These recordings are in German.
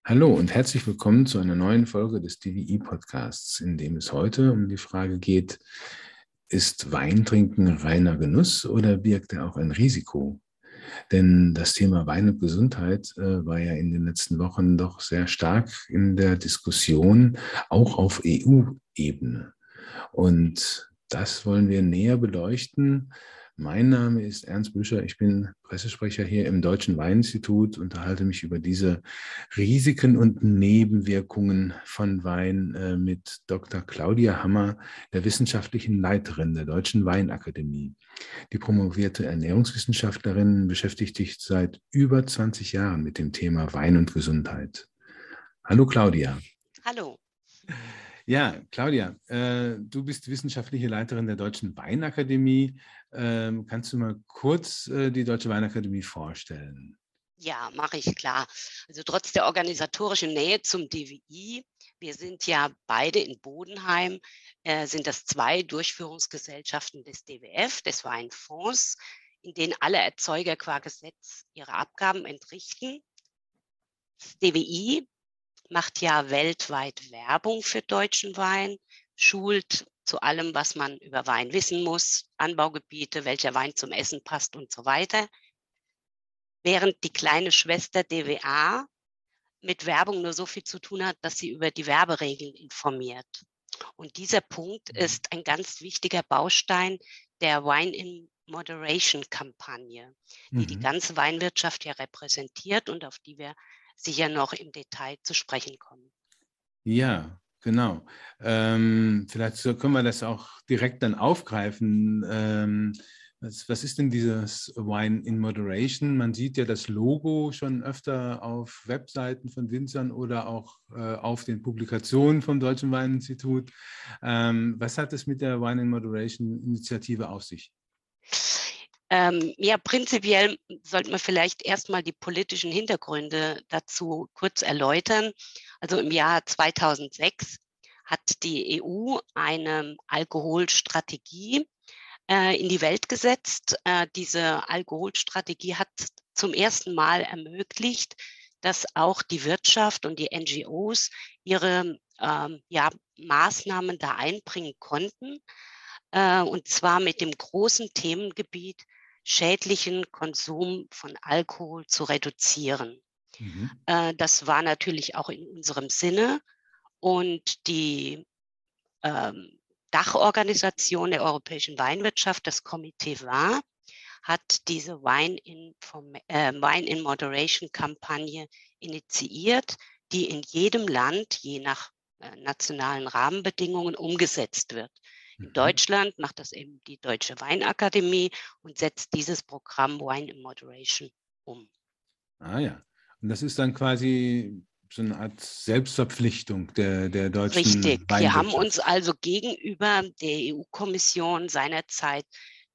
Hallo und herzlich willkommen zu einer neuen Folge des DWI-Podcasts, in dem es heute um die Frage geht, ist Weintrinken reiner Genuss oder birgt er auch ein Risiko? Denn das Thema Wein und Gesundheit war ja in den letzten Wochen doch sehr stark in der Diskussion, auch auf EU-Ebene. Und das wollen wir näher beleuchten. Mein Name ist Ernst Büscher, ich bin Pressesprecher hier im Deutschen Weininstitut, unterhalte mich über diese Risiken und Nebenwirkungen von Wein mit Dr. Claudia Hammer, der wissenschaftlichen Leiterin der Deutschen Weinakademie. Die promovierte Ernährungswissenschaftlerin beschäftigt sich seit über 20 Jahren mit dem Thema Wein und Gesundheit. Hallo Claudia. Hallo. Ja, Claudia, du bist wissenschaftliche Leiterin der Deutschen Weinakademie. Kannst du mal kurz die Deutsche Weinakademie vorstellen? Ja, mache ich klar. Also trotz der organisatorischen Nähe zum DWI, wir sind ja beide in Bodenheim, sind das zwei Durchführungsgesellschaften des DWF, des Weinfonds, in denen alle Erzeuger qua Gesetz ihre Abgaben entrichten. Das DWI macht ja weltweit Werbung für deutschen Wein, schult zu allem, was man über Wein wissen muss, Anbaugebiete, welcher Wein zum Essen passt und so weiter. Während die kleine Schwester DWA mit Werbung nur so viel zu tun hat, dass sie über die Werberegeln informiert. Und dieser Punkt ist ein ganz wichtiger Baustein der Wine in Moderation Kampagne, die die Mhm. ganze Weinwirtschaft ja repräsentiert und auf die wir sicher noch im Detail zu sprechen kommen. Ja, genau. Vielleicht können wir das auch direkt dann aufgreifen. Was ist denn dieses Wine in Moderation? Man sieht ja das Logo schon öfter auf Webseiten von Winzern oder auch auf den Publikationen vom Deutschen Weininstitut. Was hat es mit der Wine in Moderation Initiative auf sich? Ja, prinzipiell sollte man vielleicht erstmal die politischen Hintergründe dazu kurz erläutern. Also im Jahr 2006 hat die EU eine Alkoholstrategie in die Welt gesetzt. Diese Alkoholstrategie hat zum ersten Mal ermöglicht, dass auch die Wirtschaft und die NGOs ihre ja, Maßnahmen da einbringen konnten. Und zwar mit dem großen Themengebiet, schädlichen Konsum von Alkohol zu reduzieren. Mhm. Das war natürlich auch in unserem Sinne. Und die ähm, Dachorganisation der europäischen Weinwirtschaft, das Komitee WAR, hat diese Wine in Moderation Kampagne initiiert, die in jedem Land je nach nationalen Rahmenbedingungen umgesetzt wird. In Mhm. Deutschland macht das eben die Deutsche Weinakademie und setzt dieses Programm Wine in Moderation um. Ah ja. Und das ist dann quasi so eine Art Selbstverpflichtung der Richtig. deutschen Wir haben uns Weinwirtschaft. also gegenüber der EU-Kommission seinerzeit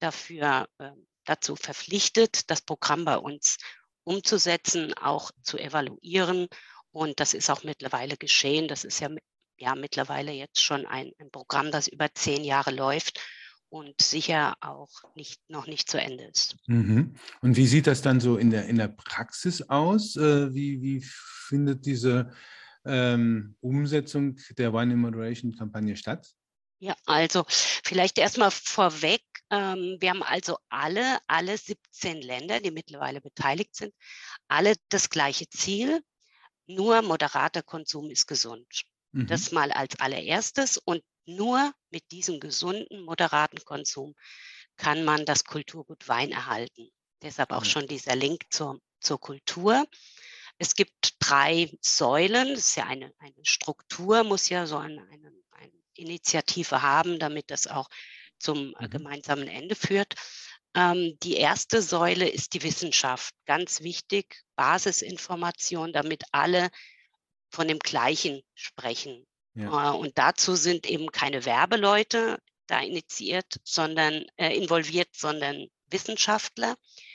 dazu verpflichtet, das Programm bei uns umzusetzen, auch zu evaluieren. Und das ist auch mittlerweile geschehen. Das ist ja mittlerweile jetzt schon ein Programm, das über 10 Jahre läuft und sicher auch noch nicht zu Ende ist. Mhm. Und wie sieht das dann so in der Praxis aus? Wie findet diese Umsetzung der Wine in Moderation Kampagne statt? Ja, also vielleicht erstmal vorweg. Wir haben also alle 17 Länder, die mittlerweile beteiligt sind, alle das gleiche Ziel, nur moderater Konsum ist gesund. Mhm. Das mal als allererstes und nur mit diesem gesunden, moderaten Konsum kann man das Kulturgut Wein erhalten. Deshalb auch Ja. schon dieser Link zur Kultur. Es gibt 3 Säulen. Das ist ja eine Struktur, muss ja so eine Initiative haben, damit das auch zum Mhm. gemeinsamen Ende führt. Die erste Säule ist die Wissenschaft. Ganz wichtig, Basisinformation, damit alle von dem Gleichen sprechen. Ja. Und dazu sind eben keine Werbeleute da involviert, sondern Wissenschaftler.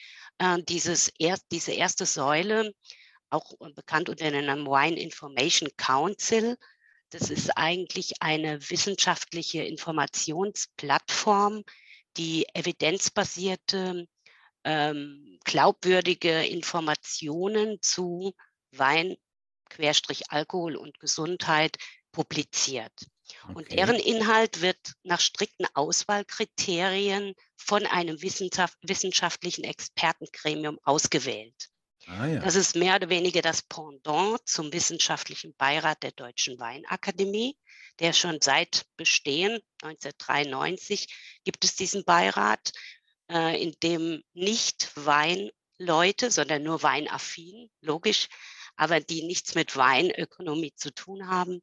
Diese erste Säule, auch bekannt unter dem Namen Wine Information Council, das ist eigentlich eine wissenschaftliche Informationsplattform, die evidenzbasierte, glaubwürdige Informationen zu Wein Alkohol und Gesundheit publiziert. Und Okay. deren Inhalt wird nach strikten Auswahlkriterien von einem wissenschaftlichen Expertengremium ausgewählt. Ah ja. Das ist mehr oder weniger das Pendant zum Wissenschaftlichen Beirat der Deutschen Weinakademie, der schon seit Bestehen 1993 gibt es diesen Beirat, in dem nicht Weinleute, sondern nur weinaffin, logisch, aber die nichts mit Weinökonomie zu tun haben,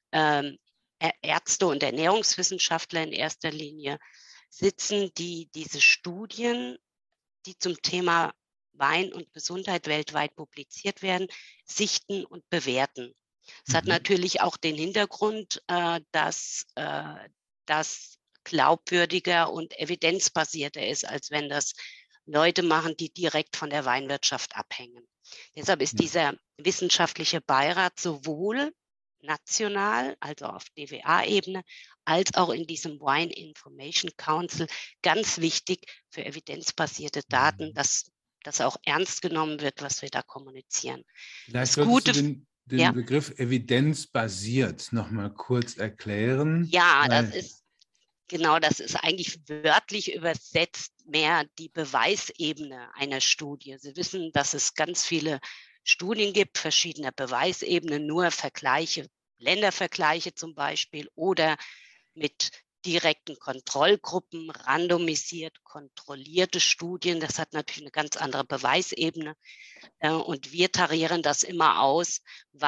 Ärzte und Ernährungswissenschaftler in erster Linie sitzen, die diese Studien, die zum Thema Wein und Gesundheit weltweit publiziert werden, sichten und bewerten. Es hat natürlich auch den Hintergrund, dass das glaubwürdiger und evidenzbasierter ist, als wenn das Leute machen, die direkt von der Weinwirtschaft abhängen. Deshalb ist dieser wissenschaftliche Beirat sowohl national, also auf DWA-Ebene, als auch in diesem Wine Information Council ganz wichtig für evidenzbasierte Daten, dass das auch ernst genommen wird, was wir da kommunizieren. Vielleicht Das solltest du Gute, den Begriff evidenzbasiert noch mal kurz erklären. ja, das ist eigentlich wörtlich übersetzt mehr die Beweisebene einer Studie. Sie wissen, dass es ganz viele Studien gibt, verschiedener Beweisebenen, nur Vergleiche, Ländervergleiche zum Beispiel oder mit direkten Kontrollgruppen, randomisiert kontrollierte Studien. Das hat natürlich eine ganz andere Beweisebene. Und wir tarieren das immer aus,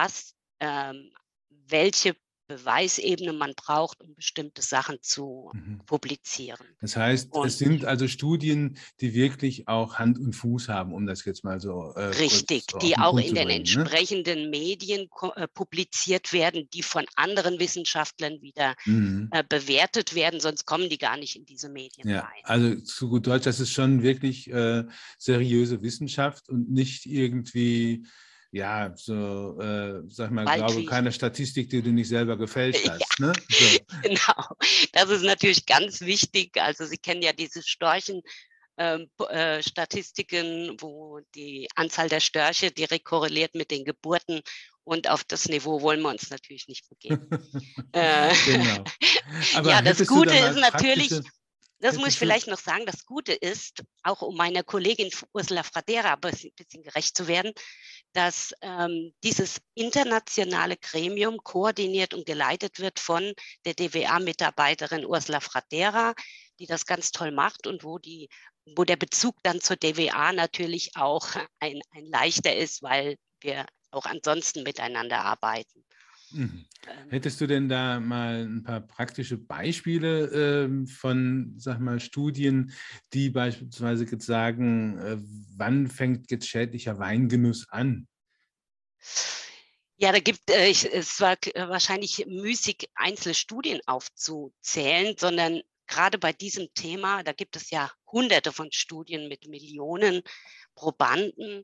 welche Beweisebene man braucht, um bestimmte Sachen zu publizieren. Das heißt, es sind also Studien, die wirklich auch Hand und Fuß haben, um das jetzt mal so richtig, kurz die auf den auch Punkt in zu den bringen, entsprechenden Medien publiziert werden, die von anderen Wissenschaftlern wieder bewertet werden, sonst kommen die gar nicht in diese Medien rein. Also zu gut Deutsch, das ist schon wirklich seriöse Wissenschaft und nicht irgendwie, ja, so, sag mal, glaube keine Statistik, die du nicht selber gefälscht hast. Ne? So. Genau, das ist natürlich ganz wichtig. Also Sie kennen ja diese Statistiken, wo die Anzahl der Störche direkt korreliert mit den Geburten, und auf das Niveau wollen wir uns natürlich nicht begeben. Genau. Aber ja, das Gute ist natürlich, das muss ich hättest vielleicht noch sagen, das Gute ist, auch um meiner Kollegin Ursula Fradera ein bisschen gerecht zu werden, dass dieses internationale Gremium koordiniert und geleitet wird von der DWA-Mitarbeiterin Ursula Fradera, die das ganz toll macht und wo der Bezug dann zur DWA natürlich auch ein leichter ist, weil wir auch ansonsten miteinander arbeiten. Hättest du denn da mal ein paar praktische Beispiele von, sag mal, Studien, die beispielsweise jetzt sagen, wann fängt jetzt schädlicher Weingenuss an? Ja, da gibt es war wahrscheinlich müßig, einzelne Studien aufzuzählen, sondern gerade bei diesem Thema, da gibt es ja Hunderte von Studien mit Millionen Probanden.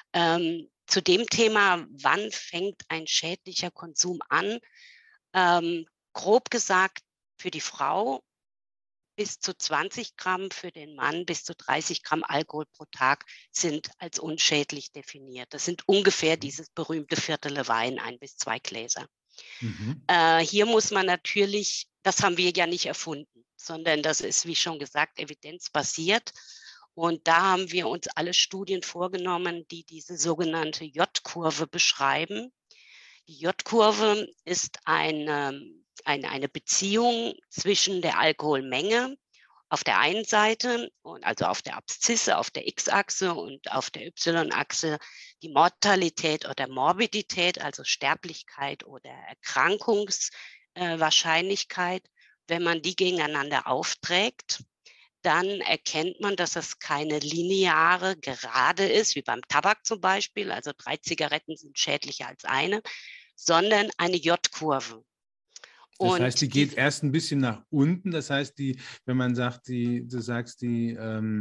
Zu dem Thema, wann fängt ein schädlicher Konsum an? Grob gesagt, für die Frau bis zu 20 Gramm, für den Mann bis zu 30 Gramm Alkohol pro Tag sind als unschädlich definiert. Das sind ungefähr dieses berühmte Viertel Wein, 1 bis 2 Gläser. Hier muss man natürlich, das haben wir ja nicht erfunden, sondern das ist, wie schon gesagt, evidenzbasiert. Und da haben wir uns alle Studien vorgenommen, die diese sogenannte J-Kurve beschreiben. Die J-Kurve ist eine Beziehung zwischen der Alkoholmenge auf der einen Seite, also auf der Abszisse, auf der X-Achse, und auf der Y-Achse die Mortalität oder Morbidität, also Sterblichkeit oder Erkrankungswahrscheinlichkeit. Wenn man die gegeneinander aufträgt, dann erkennt man, dass das keine lineare Gerade ist, wie beim Tabak zum Beispiel, also 3 Zigaretten sind schädlicher als eine, sondern eine J-Kurve. Das heißt, die geht erst ein bisschen nach unten. Das heißt, wenn man sagt, du sagst, die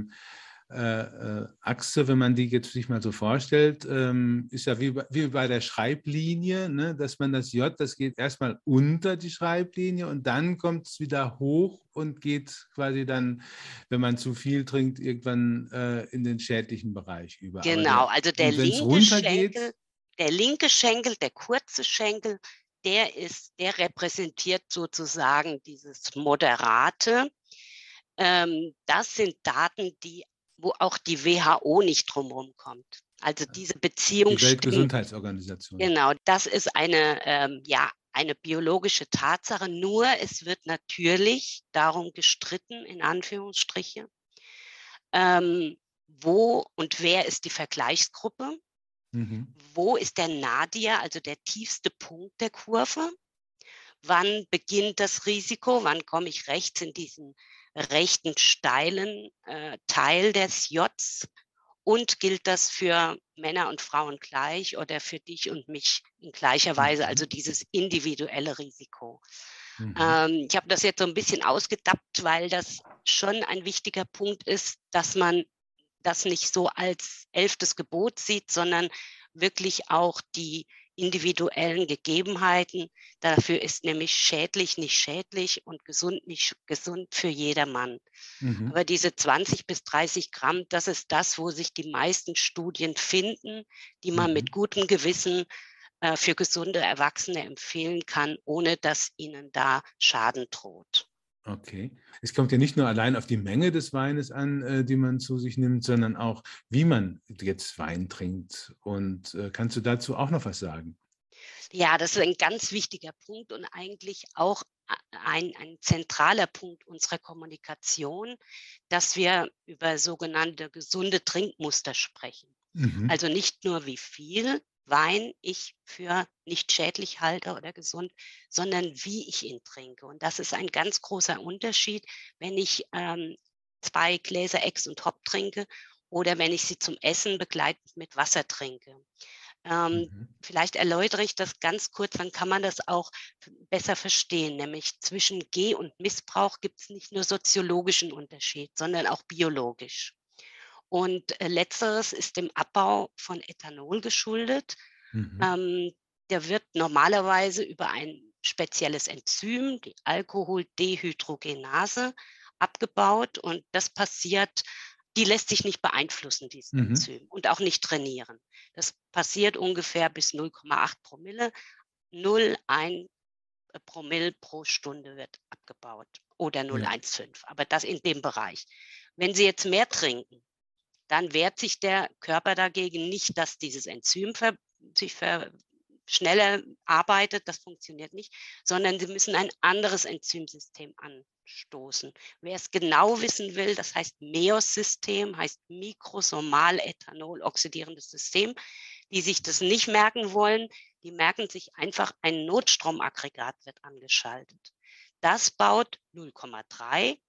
Achse, wenn man die jetzt sich mal so vorstellt, ist ja wie bei der Schreiblinie, ne? Dass man das J, das geht erstmal unter die Schreiblinie und dann kommt es wieder hoch und geht quasi dann, wenn man zu viel trinkt, irgendwann in den schädlichen Bereich über. Genau, also der linke Schenkel, der linke Schenkel, der kurze Schenkel, der repräsentiert sozusagen dieses Moderate. Das sind Daten, wo auch die WHO nicht drumherum kommt. Also diese Beziehung Die Weltgesundheitsorganisation. Genau, das ist eine biologische Tatsache. Nur es wird natürlich darum gestritten, in Anführungsstriche, wo und wer ist die Vergleichsgruppe? Wo ist der Nadir, also der tiefste Punkt der Kurve? Wann beginnt das Risiko? Wann komme ich rechts in diesen rechten steilen Teil des Js? Und gilt das für Männer und Frauen gleich oder für dich und mich in gleicher Weise, also dieses individuelle Risiko? Ich habe das jetzt so ein bisschen ausgedappt, weil das schon ein wichtiger Punkt ist, dass man das nicht so als 11. Gebot sieht, sondern wirklich auch die individuellen Gegebenheiten. Dafür ist nämlich schädlich nicht schädlich und gesund nicht gesund für jedermann. Aber diese 20 bis 30 Gramm, das ist das, wo sich die meisten Studien finden, die man mit gutem Gewissen für gesunde Erwachsene empfehlen kann, ohne dass ihnen da Schaden droht. Okay. Es kommt ja nicht nur allein auf die Menge des Weines an, die man zu sich nimmt, sondern auch, wie man jetzt Wein trinkt. Und kannst du dazu auch noch was sagen? Ja, das ist ein ganz wichtiger Punkt und eigentlich auch ein zentraler Punkt unserer Kommunikation, dass wir über sogenannte gesunde Trinkmuster sprechen. Also nicht nur, wie viel Wein ich für nicht schädlich halte oder gesund, sondern wie ich ihn trinke. Und das ist ein ganz großer Unterschied, wenn ich 2 Gläser Ex und Hop trinke oder wenn ich sie zum Essen begleitend mit Wasser trinke. Vielleicht erläutere ich das ganz kurz, dann kann man das auch besser verstehen. Nämlich zwischen Geh- und Missbrauch gibt es nicht nur soziologischen Unterschied, sondern auch biologisch. Und letzteres ist dem Abbau von Ethanol geschuldet. Der wird normalerweise über ein spezielles Enzym, die Alkoholdehydrogenase, abgebaut. Und das passiert, die lässt sich nicht beeinflussen, dieses Enzym, und auch nicht trainieren. Das passiert ungefähr bis 0,8 Promille. 0,1 Promille pro Stunde wird abgebaut oder 0,15. Aber das in dem Bereich. Wenn Sie jetzt mehr trinken, dann wehrt sich der Körper dagegen nicht, dass dieses Enzym schneller arbeitet, das funktioniert nicht, sondern Sie müssen ein anderes Enzymsystem anstoßen. Wer es genau wissen will, das heißt MEOS-System, heißt mikrosomal Ethanol oxidierendes System. Die sich das nicht merken wollen, die merken sich einfach, ein Notstromaggregat wird angeschaltet. Das baut 0,3,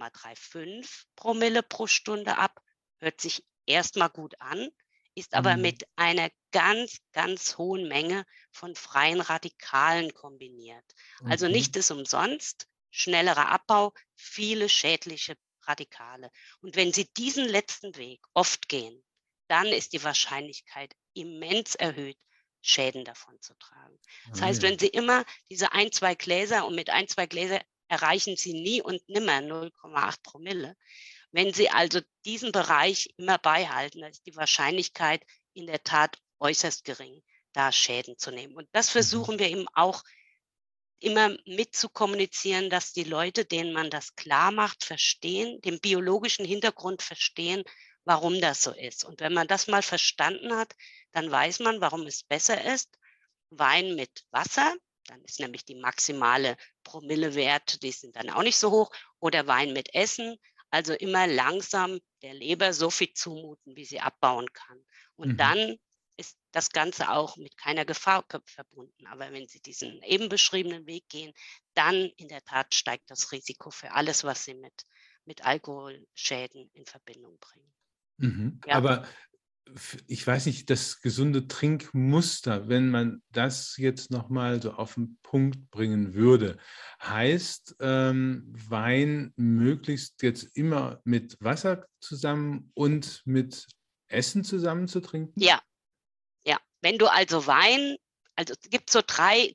0,35 Promille pro Stunde ab, hört sich erstmal gut an, ist aber mit einer ganz, ganz hohen Menge von freien Radikalen kombiniert. Also nicht ist umsonst, schnellerer Abbau, viele schädliche Radikale. Und wenn Sie diesen letzten Weg oft gehen, dann ist die Wahrscheinlichkeit immens erhöht, Schäden davon zu tragen. Das heißt, wenn Sie immer diese 1, 2 Gläser, und mit 1, 2 Gläser erreichen Sie nie und nimmer 0,8 Promille. Wenn Sie also diesen Bereich immer beibehalten, dann ist die Wahrscheinlichkeit in der Tat äußerst gering, da Schäden zu nehmen. Und das versuchen wir eben auch immer mit zu kommunizieren, dass die Leute, denen man das klar macht, verstehen, den biologischen Hintergrund verstehen, warum das so ist. Und wenn man das mal verstanden hat, dann weiß man, warum es besser ist, Wein mit Wasser, dann ist nämlich die maximale Promillewert, die sind dann auch nicht so hoch, oder Wein mit Essen, also immer langsam der Leber so viel zumuten, wie sie abbauen kann. Und dann ist das Ganze auch mit keiner Gefahr verbunden. Aber wenn Sie diesen eben beschriebenen Weg gehen, dann in der Tat steigt das Risiko für alles, was Sie mit Alkoholschäden in Verbindung bringen. Ja. Aber ich weiß nicht, das gesunde Trinkmuster, wenn man das jetzt nochmal so auf den Punkt bringen würde, heißt Wein möglichst jetzt immer mit Wasser zusammen und mit Essen zusammen zu trinken? Ja, ja. Wenn du also Wein, also es gibt so drei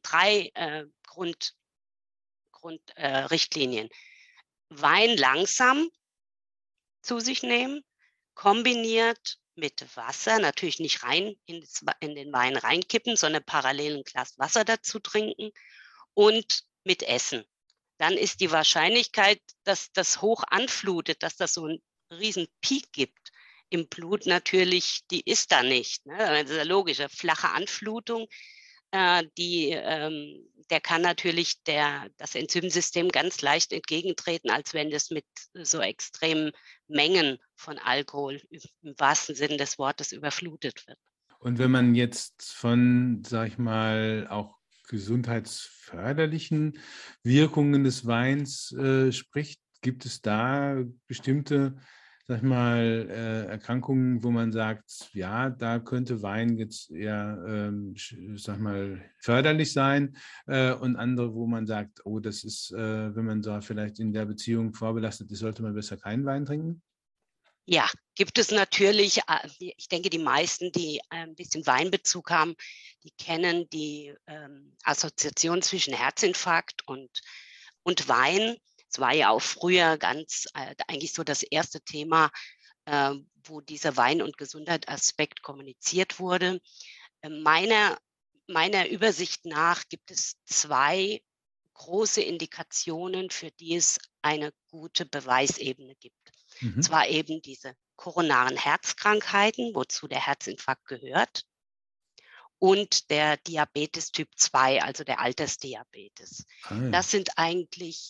Grundrichtlinien. Wein langsam zu sich nehmen, kombiniert mit Wasser, natürlich nicht rein in den Wein reinkippen, sondern parallel ein Glas Wasser dazu trinken und mit Essen. Dann ist die Wahrscheinlichkeit, dass das hoch anflutet, dass das so einen riesen Peak gibt im Blut natürlich, die ist da nicht. Ne? Das ist ja logisch, eine flache Anflutung, der kann natürlich das Enzymsystem ganz leicht entgegentreten, als wenn das mit so extremen Mengen von Alkohol im wahrsten Sinne des Wortes überflutet wird. Und wenn man jetzt von, sag ich mal, auch gesundheitsförderlichen Wirkungen des Weins spricht, gibt es da bestimmte, sag ich mal, Erkrankungen, wo man sagt, ja, da könnte Wein jetzt eher, sag mal, förderlich sein, und andere, wo man sagt, oh, das ist, wenn man da vielleicht in der Beziehung vorbelastet ist, sollte man besser keinen Wein trinken? Ja, gibt es natürlich. Ich denke, die meisten, die ein bisschen Weinbezug haben, die kennen die Assoziation zwischen Herzinfarkt und Wein. Es war ja auch früher eigentlich so das erste Thema, wo dieser Wein- und Gesundheitsaspekt kommuniziert wurde. Meiner Übersicht nach gibt es 2 große Indikationen, für die es eine gute Beweisebene gibt. Mhm. Zwar eben diese koronaren Herzkrankheiten, wozu der Herzinfarkt gehört, und der Diabetes Typ 2, also der Altersdiabetes. Ah, ja. Das sind eigentlich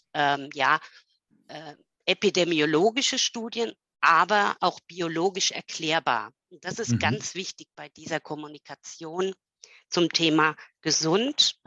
äh, epidemiologische Studien, aber auch biologisch erklärbar. Und das ist Mhm. ganz wichtig bei dieser Kommunikation zum Thema gesund,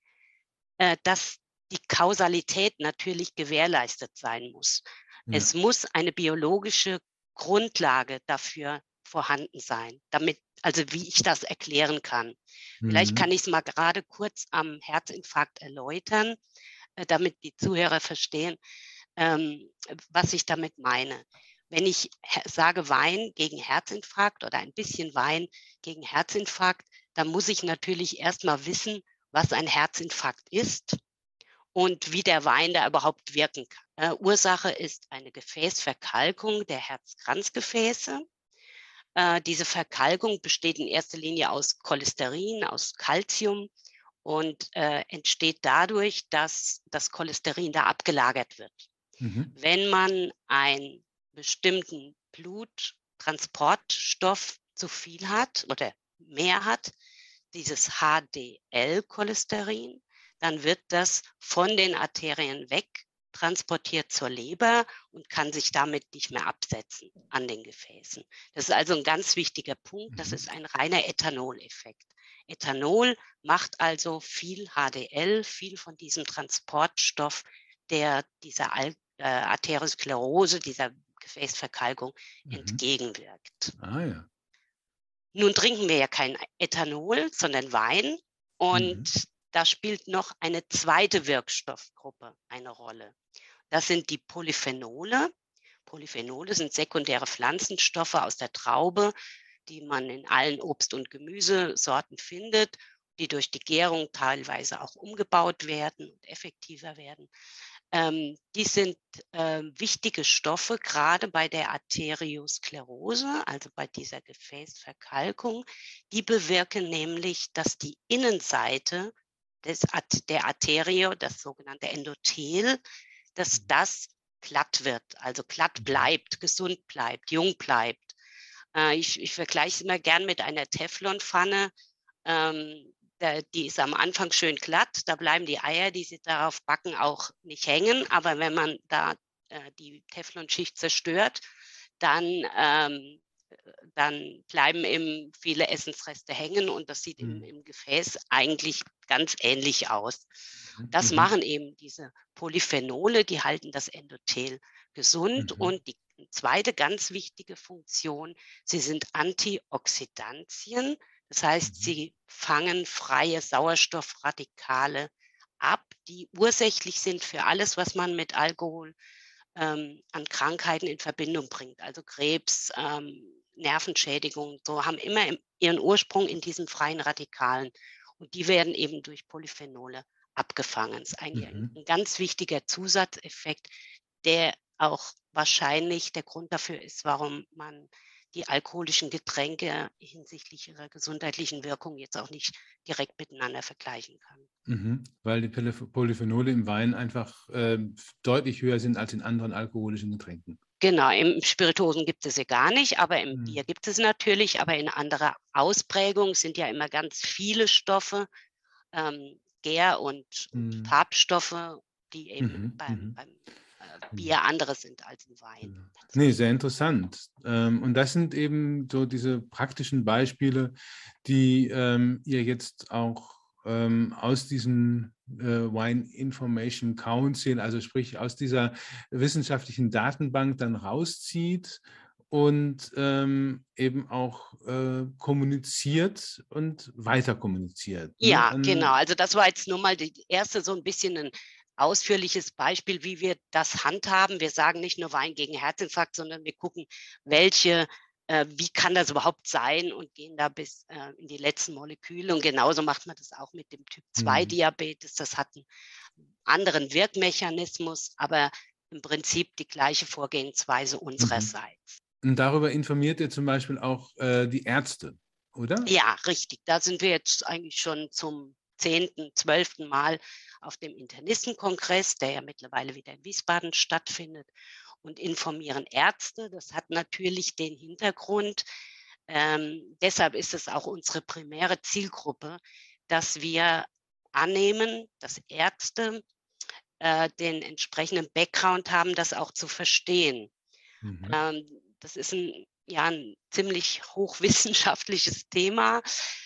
dass die Kausalität natürlich gewährleistet sein muss. Ja. Es muss eine biologische Grundlage dafür vorhanden sein, also wie ich das erklären kann. Vielleicht Mhm. kann ich es mal gerade kurz am Herzinfarkt erläutern, damit die Zuhörer verstehen, ähm, was ich damit meine. Wenn ich sage Wein gegen Herzinfarkt oder ein bisschen Wein gegen Herzinfarkt, dann muss ich natürlich erst mal wissen, was ein Herzinfarkt ist und wie der Wein da überhaupt wirken kann. Ursache ist eine Gefäßverkalkung der Herzkranzgefäße. Diese Verkalkung besteht in erster Linie aus Cholesterin, aus Calcium und entsteht dadurch, dass das Cholesterin da abgelagert wird. Mhm. Wenn man einen bestimmten Bluttransportstoff zu viel hat oder mehr hat, dieses HDL-Cholesterin, dann wird das von den Arterien weg transportiert zur Leber und kann sich damit nicht mehr absetzen an den Gefäßen. Das ist also ein ganz wichtiger Punkt. Das Mhm. ist ein reiner Ethanol-Effekt. Ethanol macht also viel HDL, viel von diesem Transportstoff, der dieser Arteriosklerose, dieser Gefäßverkalkung Mhm. entgegenwirkt. Ah, ja. Nun trinken wir ja kein Ethanol, sondern Wein. Und Mhm. da spielt noch eine zweite Wirkstoffgruppe eine Rolle. Das sind die Polyphenole. Polyphenole sind sekundäre Pflanzenstoffe aus der Traube, die man in allen Obst- und Gemüsesorten findet, die durch die Gärung teilweise auch umgebaut werden und effektiver werden. Die sind wichtige Stoffe, gerade bei der Arteriosklerose, also bei dieser Gefäßverkalkung. Die bewirken nämlich, dass die Innenseite der Arterie, das sogenannte Endothel, dass das glatt wird, also glatt Mhm. bleibt, gesund bleibt, jung bleibt. Ich vergleiche es immer gern mit einer Teflonpfanne. Die ist am Anfang schön glatt, da bleiben die Eier, die sie darauf backen, auch nicht hängen. Aber wenn man da die Teflonschicht zerstört, dann, dann bleiben eben viele Essensreste hängen und das sieht Mhm. im Gefäß eigentlich ganz ähnlich aus. Das Mhm. machen eben diese Polyphenole, die halten das Endothel gesund. Mhm. Und die zweite ganz wichtige Funktion, sie sind Antioxidantien. Das heißt, Mhm. sie fangen freie Sauerstoffradikale ab, die ursächlich sind für alles, was man mit Alkohol an Krankheiten in Verbindung bringt. Also Krebs, Nervenschädigung, so haben immer ihren Ursprung in diesen freien Radikalen. Und die werden eben durch Polyphenole abgefangen. Das ist eigentlich Mhm. ein ganz wichtiger Zusatzeffekt, der auch wahrscheinlich der Grund dafür ist, warum man die alkoholischen Getränke hinsichtlich ihrer gesundheitlichen Wirkung jetzt auch nicht direkt miteinander vergleichen kann. Weil die Polyphenole im Wein einfach deutlich höher sind als in anderen alkoholischen Getränken. Genau, im Spirituosen gibt es sie gar nicht, aber im Bier gibt es natürlich, aber in anderer Ausprägung sind ja immer ganz viele Stoffe, Gär- und Farbstoffe, die eben beim Bier andere sind als im Wein. Nee, sehr interessant. Und das sind eben so diese praktischen Beispiele, die ihr jetzt auch aus diesem Wine Information Council, also sprich aus dieser wissenschaftlichen Datenbank dann rauszieht und eben auch kommuniziert und weiter kommuniziert. Ne? Ja, genau. Also das war jetzt nur mal die erste so ein bisschen ein ausführliches Beispiel, wie wir das handhaben. Wir sagen nicht nur Wein gegen Herzinfarkt, sondern wir gucken, wie kann das überhaupt sein und gehen da bis in die letzten Moleküle. Und genauso macht man das auch mit dem Typ-2-Diabetes. Das hat einen anderen Wirkmechanismus, aber im Prinzip die gleiche Vorgehensweise unsererseits. Und darüber informiert ihr zum Beispiel auch die Ärzte, oder? Ja, richtig. Da sind wir jetzt eigentlich schon zum 10., 12. Mal auf dem Internistenkongress, der ja mittlerweile wieder in Wiesbaden stattfindet, und informieren Ärzte. Das hat natürlich den Hintergrund, deshalb ist es auch unsere primäre Zielgruppe, dass wir annehmen, dass Ärzte den entsprechenden Background haben, das auch zu verstehen. Das ist ein ziemlich hochwissenschaftliches Thema,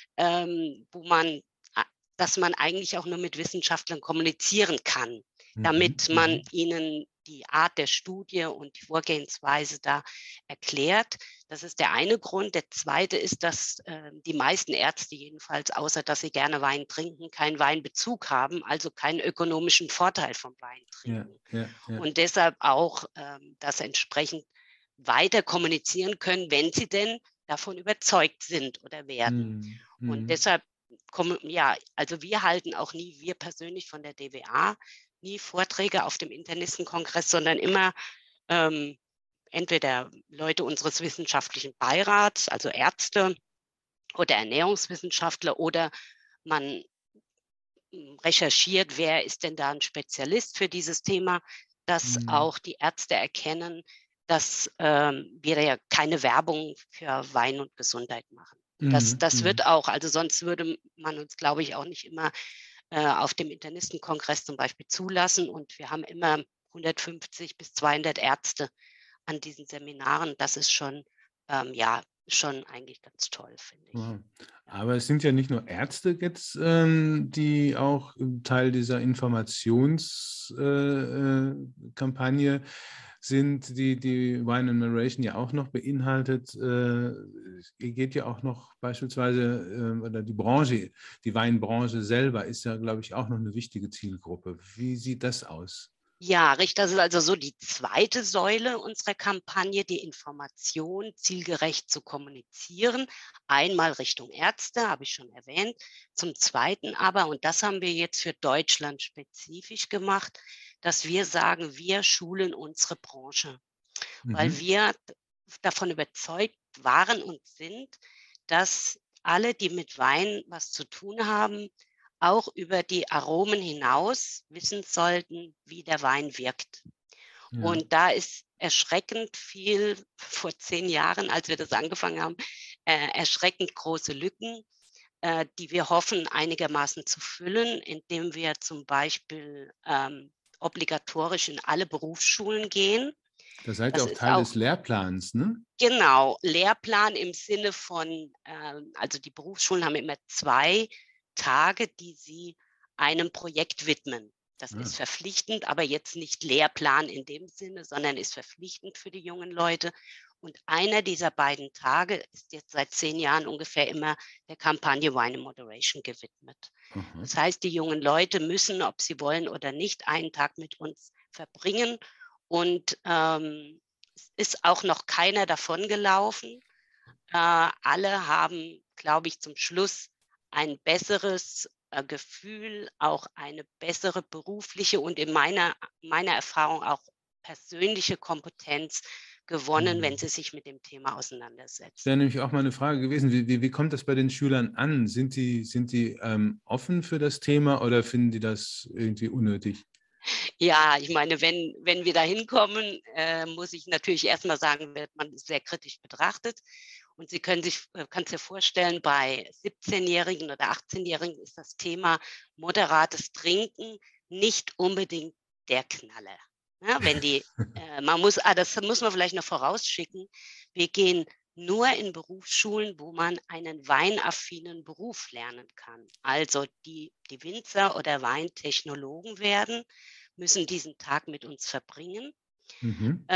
wo dass man eigentlich auch nur mit Wissenschaftlern kommunizieren kann, damit man ihnen die Art der Studie und die Vorgehensweise da erklärt. Das ist der eine Grund. Der zweite ist, dass die meisten Ärzte jedenfalls, außer dass sie gerne Wein trinken, keinen Weinbezug haben, also keinen ökonomischen Vorteil vom Wein trinken. Ja. Und deshalb auch das entsprechend weiter kommunizieren können, wenn sie denn davon überzeugt sind oder werden. Und deshalb also wir persönlich von der DWA, nie Vorträge auf dem Internistenkongress, sondern immer entweder Leute unseres wissenschaftlichen Beirats, also Ärzte oder Ernährungswissenschaftler, oder man recherchiert, wer ist denn da ein Spezialist für dieses Thema, dass auch die Ärzte erkennen, dass wir ja keine Werbung für Wein und Gesundheit machen. Das wird auch, also sonst würde man uns, glaube ich, auch nicht immer auf dem Internistenkongress zum Beispiel zulassen. Und wir haben immer 150 bis 200 Ärzte an diesen Seminaren. Das ist schon eigentlich ganz toll, finde ich. Wow. Aber es sind ja nicht nur Ärzte jetzt, die auch Teil dieser Informationskampagne sind, die Wine and Narration ja auch noch beinhaltet. Geht ja auch noch beispielsweise, oder die Weinbranche selber ist ja, glaube ich, auch noch eine wichtige Zielgruppe. Wie sieht das aus? Ja, richtig. Das ist also so die zweite Säule unserer Kampagne, die Information zielgerecht zu kommunizieren. Einmal Richtung Ärzte, habe ich schon erwähnt. Zum Zweiten aber, und das haben wir jetzt für Deutschland spezifisch gemacht, dass wir sagen, wir schulen unsere Branche, weil wir davon überzeugt waren und sind, dass alle, die mit Wein was zu tun haben, auch über die Aromen hinaus wissen sollten, wie der Wein wirkt. Ja. Und da ist erschreckend viel, vor 10 Jahren, als wir das angefangen haben, erschreckend große Lücken, die wir hoffen, einigermaßen zu füllen, indem wir zum Beispiel obligatorisch in alle Berufsschulen gehen. Da seid ihr Das auch ist Teil auch des Lehrplans, ne? Genau, Lehrplan im Sinne von, also die Berufsschulen haben immer 2 Tage, die sie einem Projekt widmen. Das ist verpflichtend, aber jetzt nicht Lehrplan in dem Sinne, sondern ist verpflichtend für die jungen Leute. Und einer dieser beiden Tage ist jetzt seit 10 Jahren ungefähr immer der Kampagne Wine in Moderation gewidmet. Das heißt, die jungen Leute müssen, ob sie wollen oder nicht, einen Tag mit uns verbringen. Und es ist auch noch keiner davongelaufen. Alle haben, glaube ich, zum Schluss ein besseres Gefühl, auch eine bessere berufliche und in meiner Erfahrung auch persönliche Kompetenz gewonnen, wenn sie sich mit dem Thema Das auseinandersetzen. wäre nämlich auch mal eine Frage gewesen, wie kommt das bei den Schülern an? Sind die offen für das Thema oder finden die das irgendwie unnötig? Ja, ich meine, wenn wir da hinkommen, muss ich natürlich erstmal sagen, wird man sehr kritisch betrachtet. Und Sie können sich, kannst dir vorstellen, bei 17-Jährigen oder 18-Jährigen ist das Thema moderates Trinken nicht unbedingt der Knaller. Ja, wenn die, das muss man vielleicht noch vorausschicken. Wir gehen nur in Berufsschulen, wo man einen weinaffinen Beruf lernen kann. Also die Winzer oder Weintechnologen werden, müssen diesen Tag mit uns verbringen. Mhm.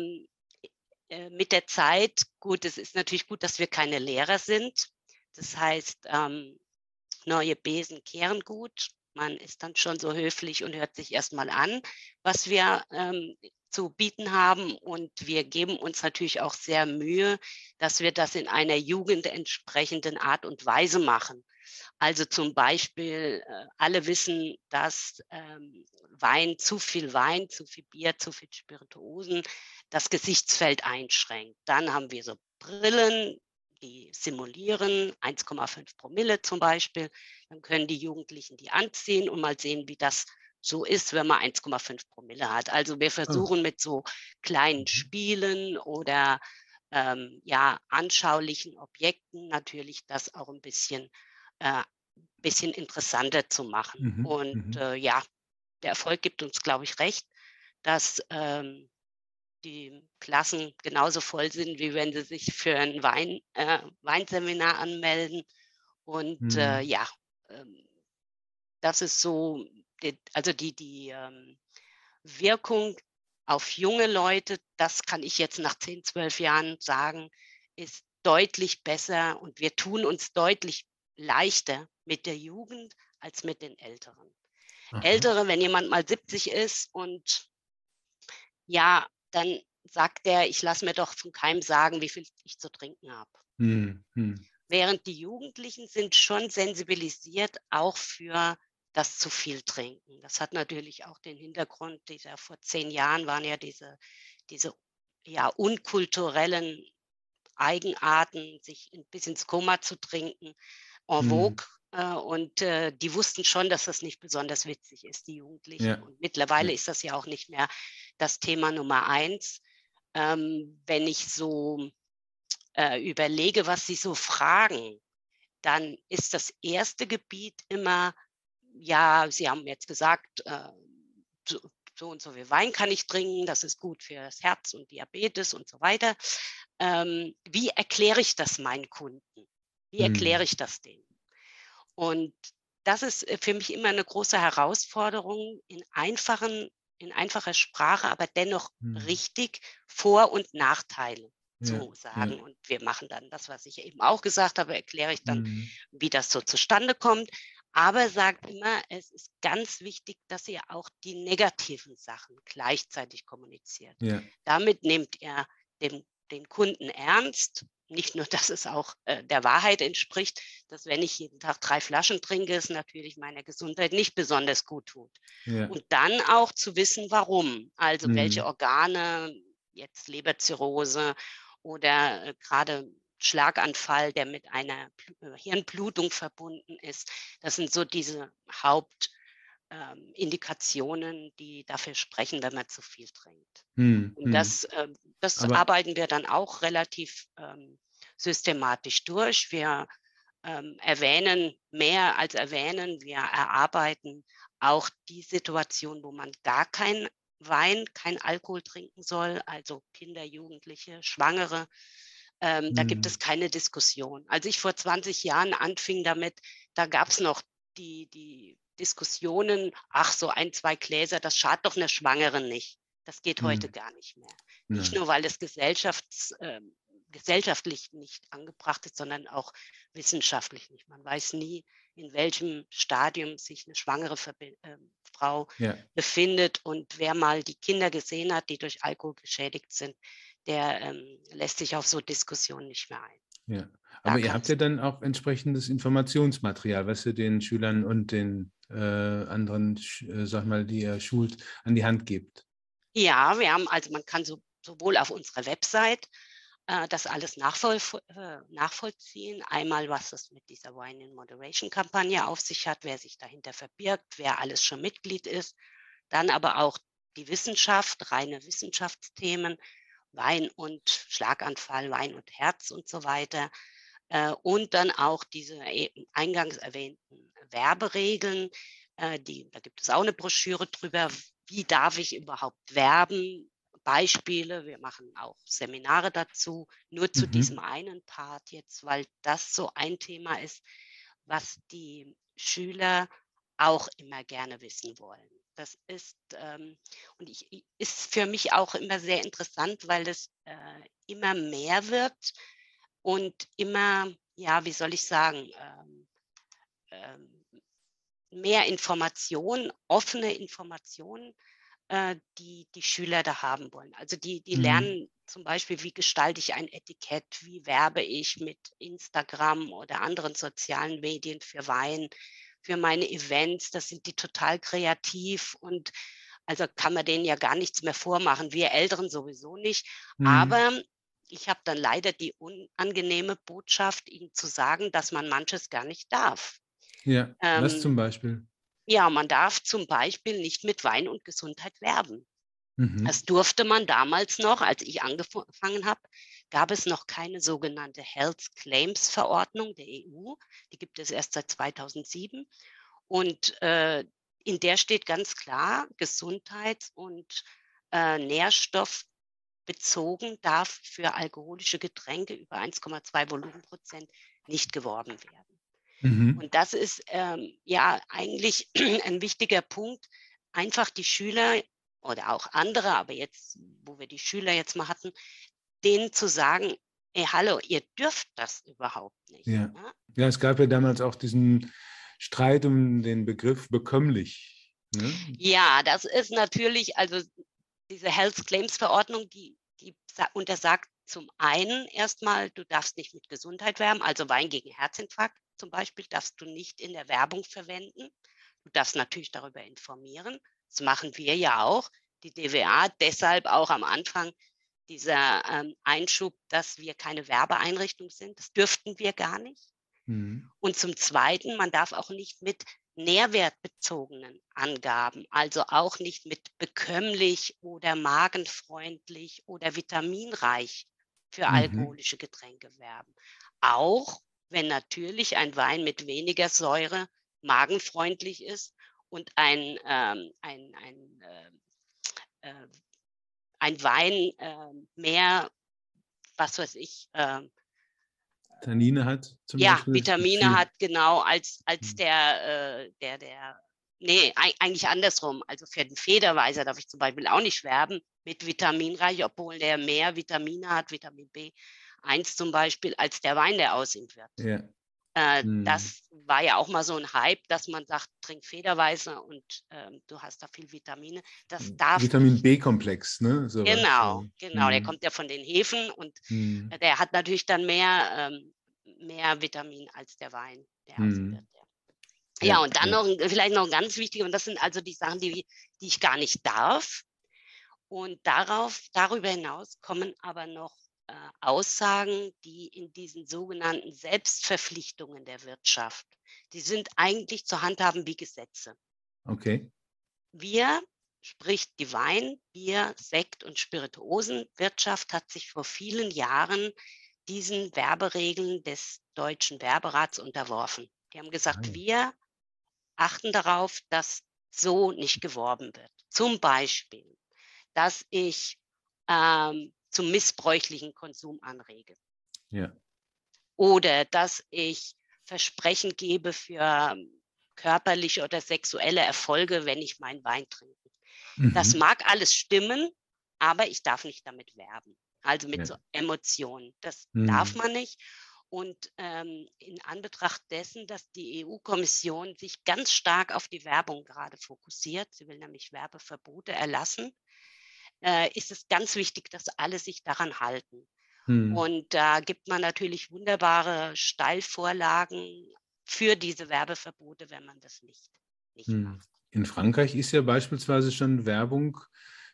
Mit der Zeit, gut, es ist natürlich gut, dass wir keine Lehrer sind. Das heißt, neue Besen kehren gut. Man ist dann schon so höflich und hört sich erstmal an, was wir zu bieten haben. Und wir geben uns natürlich auch sehr Mühe, dass wir das in einer jugendentsprechenden Art und Weise machen. Also zum Beispiel, alle wissen, dass zu viel Wein, zu viel Bier, zu viel Spirituosen das Gesichtsfeld einschränkt. Dann haben wir so Brillen, die simulieren 1,5 Promille zum Beispiel. Dann können die Jugendlichen die anziehen und mal sehen, wie das so ist, wenn man 1,5 Promille hat. Also wir Oh. versuchen mit so kleinen Spielen oder anschaulichen Objekten natürlich das auch ein bisschen interessanter zu machen. Mhm. Und Mhm. der Erfolg gibt uns, glaube ich, recht, dass die Klassen genauso voll sind, wie wenn sie sich für ein Weinseminar anmelden. Und Mhm. ähm, das ist so, die Wirkung auf junge Leute, das kann ich jetzt nach 10, 12 Jahren sagen, ist deutlich besser und wir tun uns deutlich leichter mit der Jugend als mit den Älteren. Aha. Ältere, wenn jemand mal 70 ist und ja, dann sagt er, ich lasse mir doch von keinem sagen, wie viel ich zu trinken habe. Mhm. Mhm. Während die Jugendlichen sind schon sensibilisiert auch für das zu viel Trinken. Das hat natürlich auch den Hintergrund, vor 10 Jahren waren ja diese unkulturellen Eigenarten, sich bis ins Koma zu trinken, en Mhm. vogue. Die wussten schon, dass das nicht besonders witzig ist, die Jugendlichen. Ja. Und mittlerweile Ja. ist das ja auch nicht mehr das Thema Nummer eins. Wenn ich so überlege, was sie so fragen, dann ist das erste Gebiet immer, ja, Sie haben jetzt gesagt, so, so und so viel Wein kann ich trinken, das ist gut für das Herz und Diabetes und so weiter. Wie erkläre ich das meinen Kunden? Wie erkläre Mhm. ich das denen? Und das ist für mich immer eine große Herausforderung, in einfacher Sprache, aber dennoch Mhm. richtig Vor- und Nachteile Ja. zu Ja. sagen. Und wir machen dann das, was ich eben auch gesagt habe, erkläre ich dann, Mhm. wie das so zustande kommt. Aber sagt immer, es ist ganz wichtig, dass ihr auch die negativen Sachen gleichzeitig kommuniziert. Ja. Damit nehmt ihr den Kunden ernst. Nicht nur, dass es auch der Wahrheit entspricht, dass wenn ich jeden Tag 3 Flaschen trinke, es natürlich meiner Gesundheit nicht besonders gut tut. Ja. Und dann auch zu wissen, warum. Also welche Mhm. Organe, jetzt Leberzirrhose oder gerade Schlaganfall, der mit einer Hirnblutung verbunden ist. Das sind so diese Hauptindikationen, die dafür sprechen, wenn man zu viel trinkt. Mhm. Und Mhm. das Aber arbeiten wir dann auch relativ systematisch durch. Wir erwähnen, wir erarbeiten auch die Situation, wo man gar kein Wein, kein Alkohol trinken soll, also Kinder, Jugendliche, Schwangere. Da gibt mhm. es keine Diskussion. Als ich vor 20 Jahren anfing damit, da gab es noch die Diskussionen, ach, so 1, 2 Gläser, das schadet doch einer Schwangeren nicht. Das geht heute Mhm. gar nicht mehr. Nicht Nein. nur, weil es gesellschaftlich nicht angebracht ist, sondern auch wissenschaftlich nicht. Man weiß nie, in welchem Stadium sich eine schwangere Frau Ja. befindet. Und wer mal die Kinder gesehen hat, die durch Alkohol geschädigt sind, der lässt sich auf so Diskussionen nicht mehr ein. Ja. Da Aber ihr kann habt es. ja dann auch entsprechendes Informationsmaterial, was ihr den Schülern und den anderen, sag mal, die ihr schult, an die Hand gebt. Ja, also man kann so sowohl auf unserer Website das alles nachvollziehen. Einmal, was es mit dieser Wine in Moderation Kampagne auf sich hat, wer sich dahinter verbirgt, wer alles schon Mitglied ist. Dann aber auch die Wissenschaft, reine Wissenschaftsthemen, Wein und Schlaganfall, Wein und Herz und so weiter. Und dann auch diese eingangs erwähnten Werberegeln. Da gibt es auch eine Broschüre drüber, wie darf ich überhaupt werben. Beispiele, wir machen auch Seminare dazu, nur zu diesem einen Part jetzt, weil das so ein Thema ist, was die Schüler auch immer gerne wissen wollen. Das ist, ist für mich auch immer sehr interessant, weil es immer mehr wird und immer, ja, wie soll ich sagen, ähm, mehr Informationen, offene Informationen, die Schüler da haben wollen. Also die lernen zum Beispiel, wie gestalte ich ein Etikett, wie werbe ich mit Instagram oder anderen sozialen Medien für Wein, für meine Events. Das sind die total kreativ und also kann man denen ja gar nichts mehr vormachen. Wir Älteren sowieso nicht. Aber ich habe dann leider die unangenehme Botschaft, ihnen zu sagen, dass man manches gar nicht darf. Ja, was zum Beispiel? Ja, man darf zum Beispiel nicht mit Wein und Gesundheit werben. Das durfte man damals noch, als ich angefangen habe, gab es noch keine sogenannte Health Claims Verordnung der EU. Die gibt es erst seit 2007. Und in der steht ganz klar, Gesundheits- und nährstoffbezogen darf für alkoholische Getränke über 1,2 Volumenprozent nicht geworben werden. Und das ist ja eigentlich ein wichtiger Punkt, einfach die Schüler oder auch andere, aber jetzt, wo wir die Schüler jetzt mal hatten, denen zu sagen, ey, hallo, ihr dürft das überhaupt nicht. Ja. Ne? Ja, es gab ja damals auch diesen Streit um den Begriff bekömmlich. Ne? Ja, das ist natürlich, also diese Health Claims Verordnung, die untersagt zum einen erstmal, du darfst nicht mit Gesundheit werben, also Wein gegen Herzinfarkt zum Beispiel darfst du nicht in der Werbung verwenden. Du darfst natürlich darüber informieren. Das machen wir ja auch. Die DWA, deshalb auch am Anfang dieser Einschub, dass wir keine Werbeeinrichtung sind. Das dürften wir gar nicht. Und zum Zweiten, man darf auch nicht mit nährwertbezogenen Angaben, also auch nicht mit bekömmlich oder magenfreundlich oder vitaminreich für alkoholische Getränke werben. Auch wenn natürlich ein Wein mit weniger Säure magenfreundlich ist und ein Wein mehr, was weiß ich, Tannine hat zum ja, Beispiel Vitamine viel. hat, genau, als nee, eigentlich andersrum. Also für den Federweißer darf ich zum Beispiel auch nicht werben mit vitaminreich, obwohl der mehr Vitamine hat, Vitamin B1 zum Beispiel, als der Wein, der aus ihm wird. Ja. Das war ja auch mal so ein Hype, dass man sagt, trink Federweißer und du hast da viel Vitamine. Das darf Vitamin nicht. B-Komplex, ne? Sowas. Genau, der kommt ja von den Hefen und der hat natürlich dann mehr Vitamin als der Wein, der aus ihm wird. Ja, und dann vielleicht noch ganz wichtig, und das sind also die Sachen, die ich gar nicht darf. Und darüber hinaus kommen aber noch Aussagen, die in diesen sogenannten Selbstverpflichtungen der Wirtschaft, die sind eigentlich zu handhaben wie Gesetze. Okay. Wir, sprich die Wein-, Bier-, Sekt- und Spirituosenwirtschaft, hat sich vor vielen Jahren diesen Werberegeln des Deutschen Werberats unterworfen. Die haben gesagt, wir achten darauf, dass so nicht geworben wird. Zum Beispiel, dass ich zum missbräuchlichen Konsum anrege. Ja. Oder dass ich Versprechen gebe für körperliche oder sexuelle Erfolge, wenn ich meinen Wein trinke. Das mag alles stimmen, aber ich darf nicht damit werben. Also mit so Emotionen. Das darf man nicht. Und in Anbetracht dessen, dass die EU-Kommission sich ganz stark auf die Werbung gerade fokussiert, sie will nämlich Werbeverbote erlassen, ist es ganz wichtig, dass alle sich daran halten. Und da gibt man natürlich wunderbare Steilvorlagen für diese Werbeverbote, wenn man das nicht macht. In Frankreich ist ja beispielsweise schon Werbung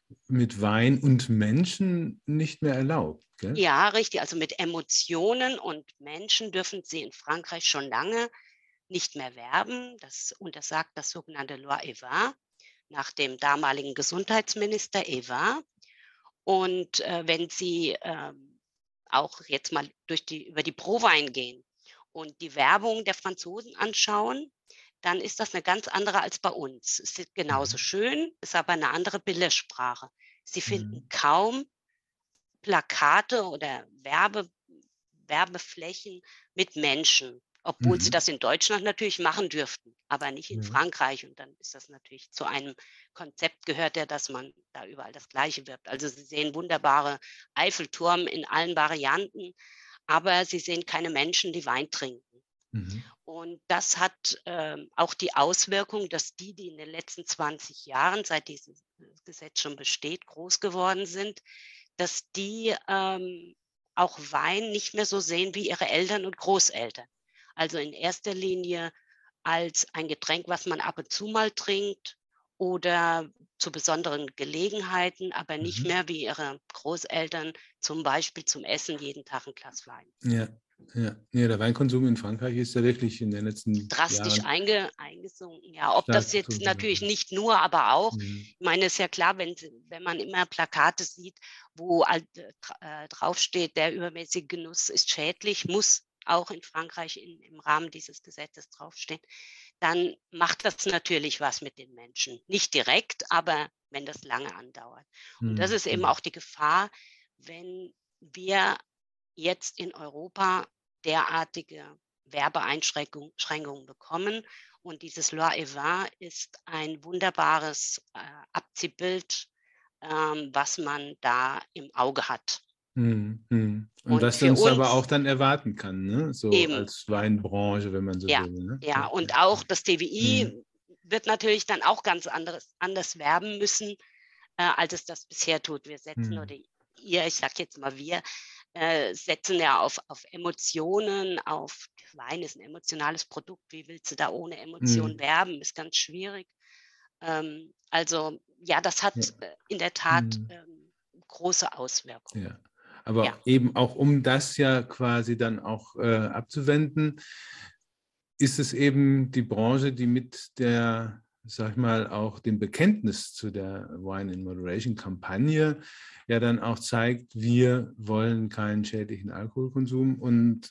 mit Wein und Menschen nicht mehr erlaubt, gell? Ja, richtig. Also mit Emotionen und Menschen dürfen sie in Frankreich schon lange nicht mehr werben. Das untersagt das sogenannte Loi Évin nach dem damaligen Gesundheitsminister Évin. Und wenn Sie auch jetzt mal über die Prowein gehen und die Werbung der Franzosen anschauen, dann ist das eine ganz andere als bei uns. Es ist genauso Mhm. schön, ist aber eine andere Bildersprache. Sie finden Mhm. kaum Plakate oder Werbeflächen mit Menschen, obwohl sie Mhm. das in Deutschland natürlich machen dürften, aber nicht in Ja. Frankreich. Und dann ist das natürlich zu einem Konzept gehört ja, dass man da überall das Gleiche wirbt. Also Sie sehen wunderbare Eiffelturm in allen Varianten, aber Sie sehen keine Menschen, die Wein trinken. Mhm. Und das hat auch die Auswirkung, dass die in den letzten 20 Jahren, seit dieses Gesetz schon besteht, groß geworden sind, dass die auch Wein nicht mehr so sehen wie ihre Eltern und Großeltern. Also in erster Linie als ein Getränk, was man ab und zu mal trinkt oder zu besonderen Gelegenheiten, aber nicht Mhm. mehr wie ihre Großeltern zum Beispiel zum Essen jeden Tag ein Glas Wein. Ja, ja. Ja, der Weinkonsum in Frankreich ist ja wirklich in den letzten Drastisch Jahren eingesunken. Ja, ob das stark jetzt natürlich zurückgegangen. nicht nur, aber auch, Mhm. ich meine, ist ja klar, wenn man immer Plakate sieht, wo halt, draufsteht, der übermäßige Genuss ist schädlich, muss auch in Frankreich im Rahmen dieses Gesetzes draufstehen, dann macht das natürlich was mit den Menschen. Nicht direkt, aber wenn das lange andauert. Und das Mhm. ist eben Mhm. auch die Gefahr, wenn wir jetzt in Europa derartige Werbeeinschränkungen bekommen. Und dieses Loi Évin ist ein wunderbares Abziehbild, was man da im Auge hat. Mhm. Mhm. Und Und was für uns aber uns auch dann erwarten kann, ne? So eben, als Weinbranche, wenn man so ja, will. Ne? ja. Ja, ja, Und auch ja. das Mhm. TWI wird natürlich dann auch anders werben müssen, als es das bisher tut. Wir setzen Mhm. oder ihr, ich sage jetzt mal wir, setzen ja auf Emotionen, auf Wein ist ein emotionales Produkt. Wie willst du da ohne Emotion Mhm. werben? Ist ganz schwierig. Also ja, das Ja. hat in der Tat Mhm. große Auswirkungen. Ja. Ja. Aber eben auch um das ja quasi dann auch abzuwenden, ist es eben die Branche, die mit der, sag ich mal, auch dem Bekenntnis zu der Wine in Moderation Kampagne ja dann auch zeigt, wir wollen keinen schädlichen Alkoholkonsum und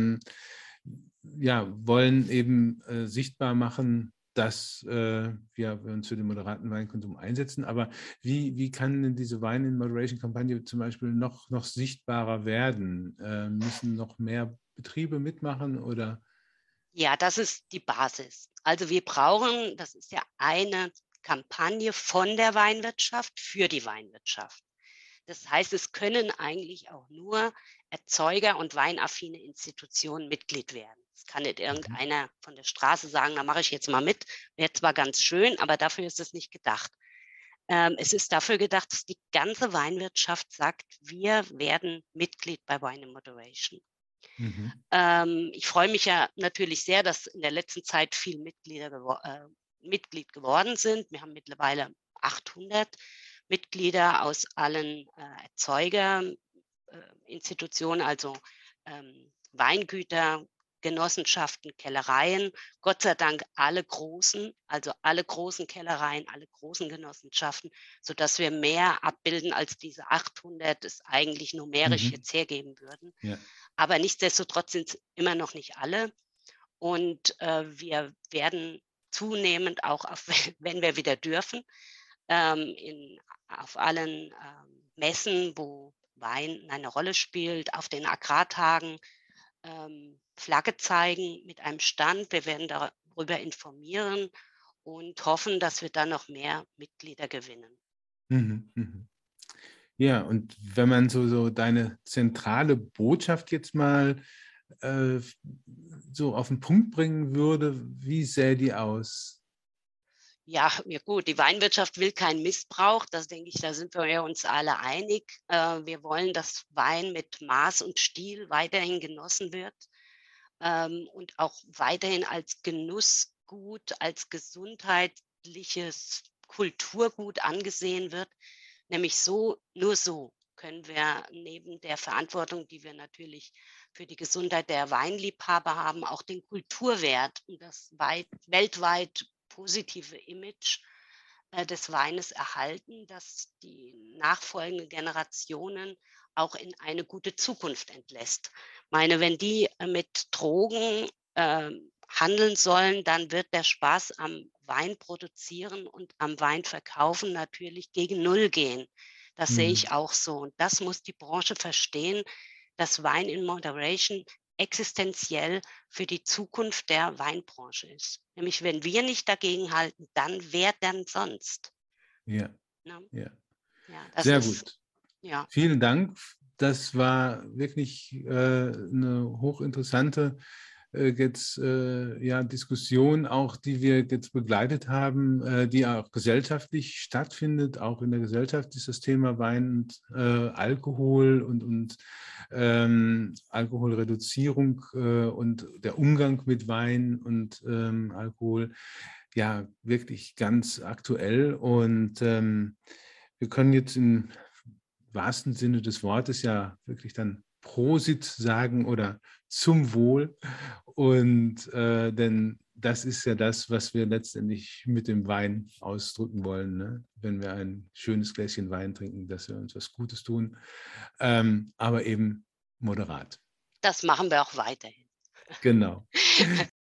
ja, wollen eben sichtbar machen, dass wir uns für den moderaten Weinkonsum einsetzen. Aber wie kann denn diese Wine in Moderation Kampagne zum Beispiel noch sichtbarer werden? Müssen noch mehr Betriebe mitmachen oder? Ja, das ist die Basis. Also wir brauchen, das ist ja eine Kampagne von der Weinwirtschaft für die Weinwirtschaft. Das heißt, es können eigentlich auch nur Erzeuger und weinaffine Institutionen Mitglied werden. Es kann nicht Mhm. irgendeiner von der Straße sagen, da mache ich jetzt mal mit. Wäre zwar ganz schön, aber dafür ist es nicht gedacht. Es ist dafür gedacht, dass die ganze Weinwirtschaft sagt, wir werden Mitglied bei Wine in Moderation. Mhm. Ich freue mich ja natürlich sehr, dass in der letzten Zeit viel Mitglied geworden sind. Wir haben mittlerweile 800 Mitglieder aus allen Erzeuger Institutionen, also Weingüter, Genossenschaften, Kellereien. Gott sei Dank alle großen, also alle großen Kellereien, alle großen Genossenschaften, sodass wir mehr abbilden, als diese 800 es eigentlich numerisch Mhm. jetzt hergeben würden. Ja. Aber nichtsdestotrotz sind es immer noch nicht alle. Und wir werden zunehmend auch, auf, wenn wir wieder dürfen, auf allen Messen, wo Wein eine Rolle spielt, auf den Agrartagen Flagge zeigen mit einem Stand. Wir werden darüber informieren und hoffen, dass wir dann noch mehr Mitglieder gewinnen. Mhm. Mhm. Ja, und wenn man so deine zentrale Botschaft jetzt mal äh, so auf den Punkt bringen würde, wie sähe die aus? Ja, ja gut, die Weinwirtschaft will keinen Missbrauch. Das denke ich, da sind wir ja uns alle einig. Wir wollen, dass Wein mit Maß und Stil weiterhin genossen wird und auch weiterhin als Genussgut, als gesundheitliches Kulturgut angesehen wird. Nämlich nur so können wir neben der Verantwortung, die wir natürlich für die Gesundheit der Weinliebhaber haben, auch den Kulturwert und das weltweit positive Image des Weines erhalten, das die nachfolgenden Generationen auch in eine gute Zukunft entlässt. Meine, wenn die mit Drogen handeln sollen, dann wird der Spaß am Wein produzieren und am Wein verkaufen natürlich gegen Null gehen. Das sehe Mhm. ich auch so. Und das muss die Branche verstehen, dass Wein in Moderation existenziell für die Zukunft der Weinbranche ist. Nämlich wenn wir nicht dagegenhalten, dann wer denn sonst? Ja, Ne? ja. Ja, das Sehr ist, gut. ja, Vielen Dank. Das war wirklich eine hochinteressante ja, Diskussion, auch die wir jetzt begleitet haben, die auch gesellschaftlich stattfindet. Auch in der Gesellschaft ist das Thema Wein und Alkohol und Alkoholreduzierung und der Umgang mit Wein und Alkohol ja wirklich ganz aktuell. Und wir können jetzt im wahrsten Sinne des Wortes ja wirklich dann Prosit sagen oder zum Wohl. Und denn das ist ja das, was wir letztendlich mit dem Wein ausdrücken wollen, ne? Wenn wir ein schönes Gläschen Wein trinken, dass wir uns was Gutes tun, aber eben moderat. das machen wir auch weiterhin. Genau.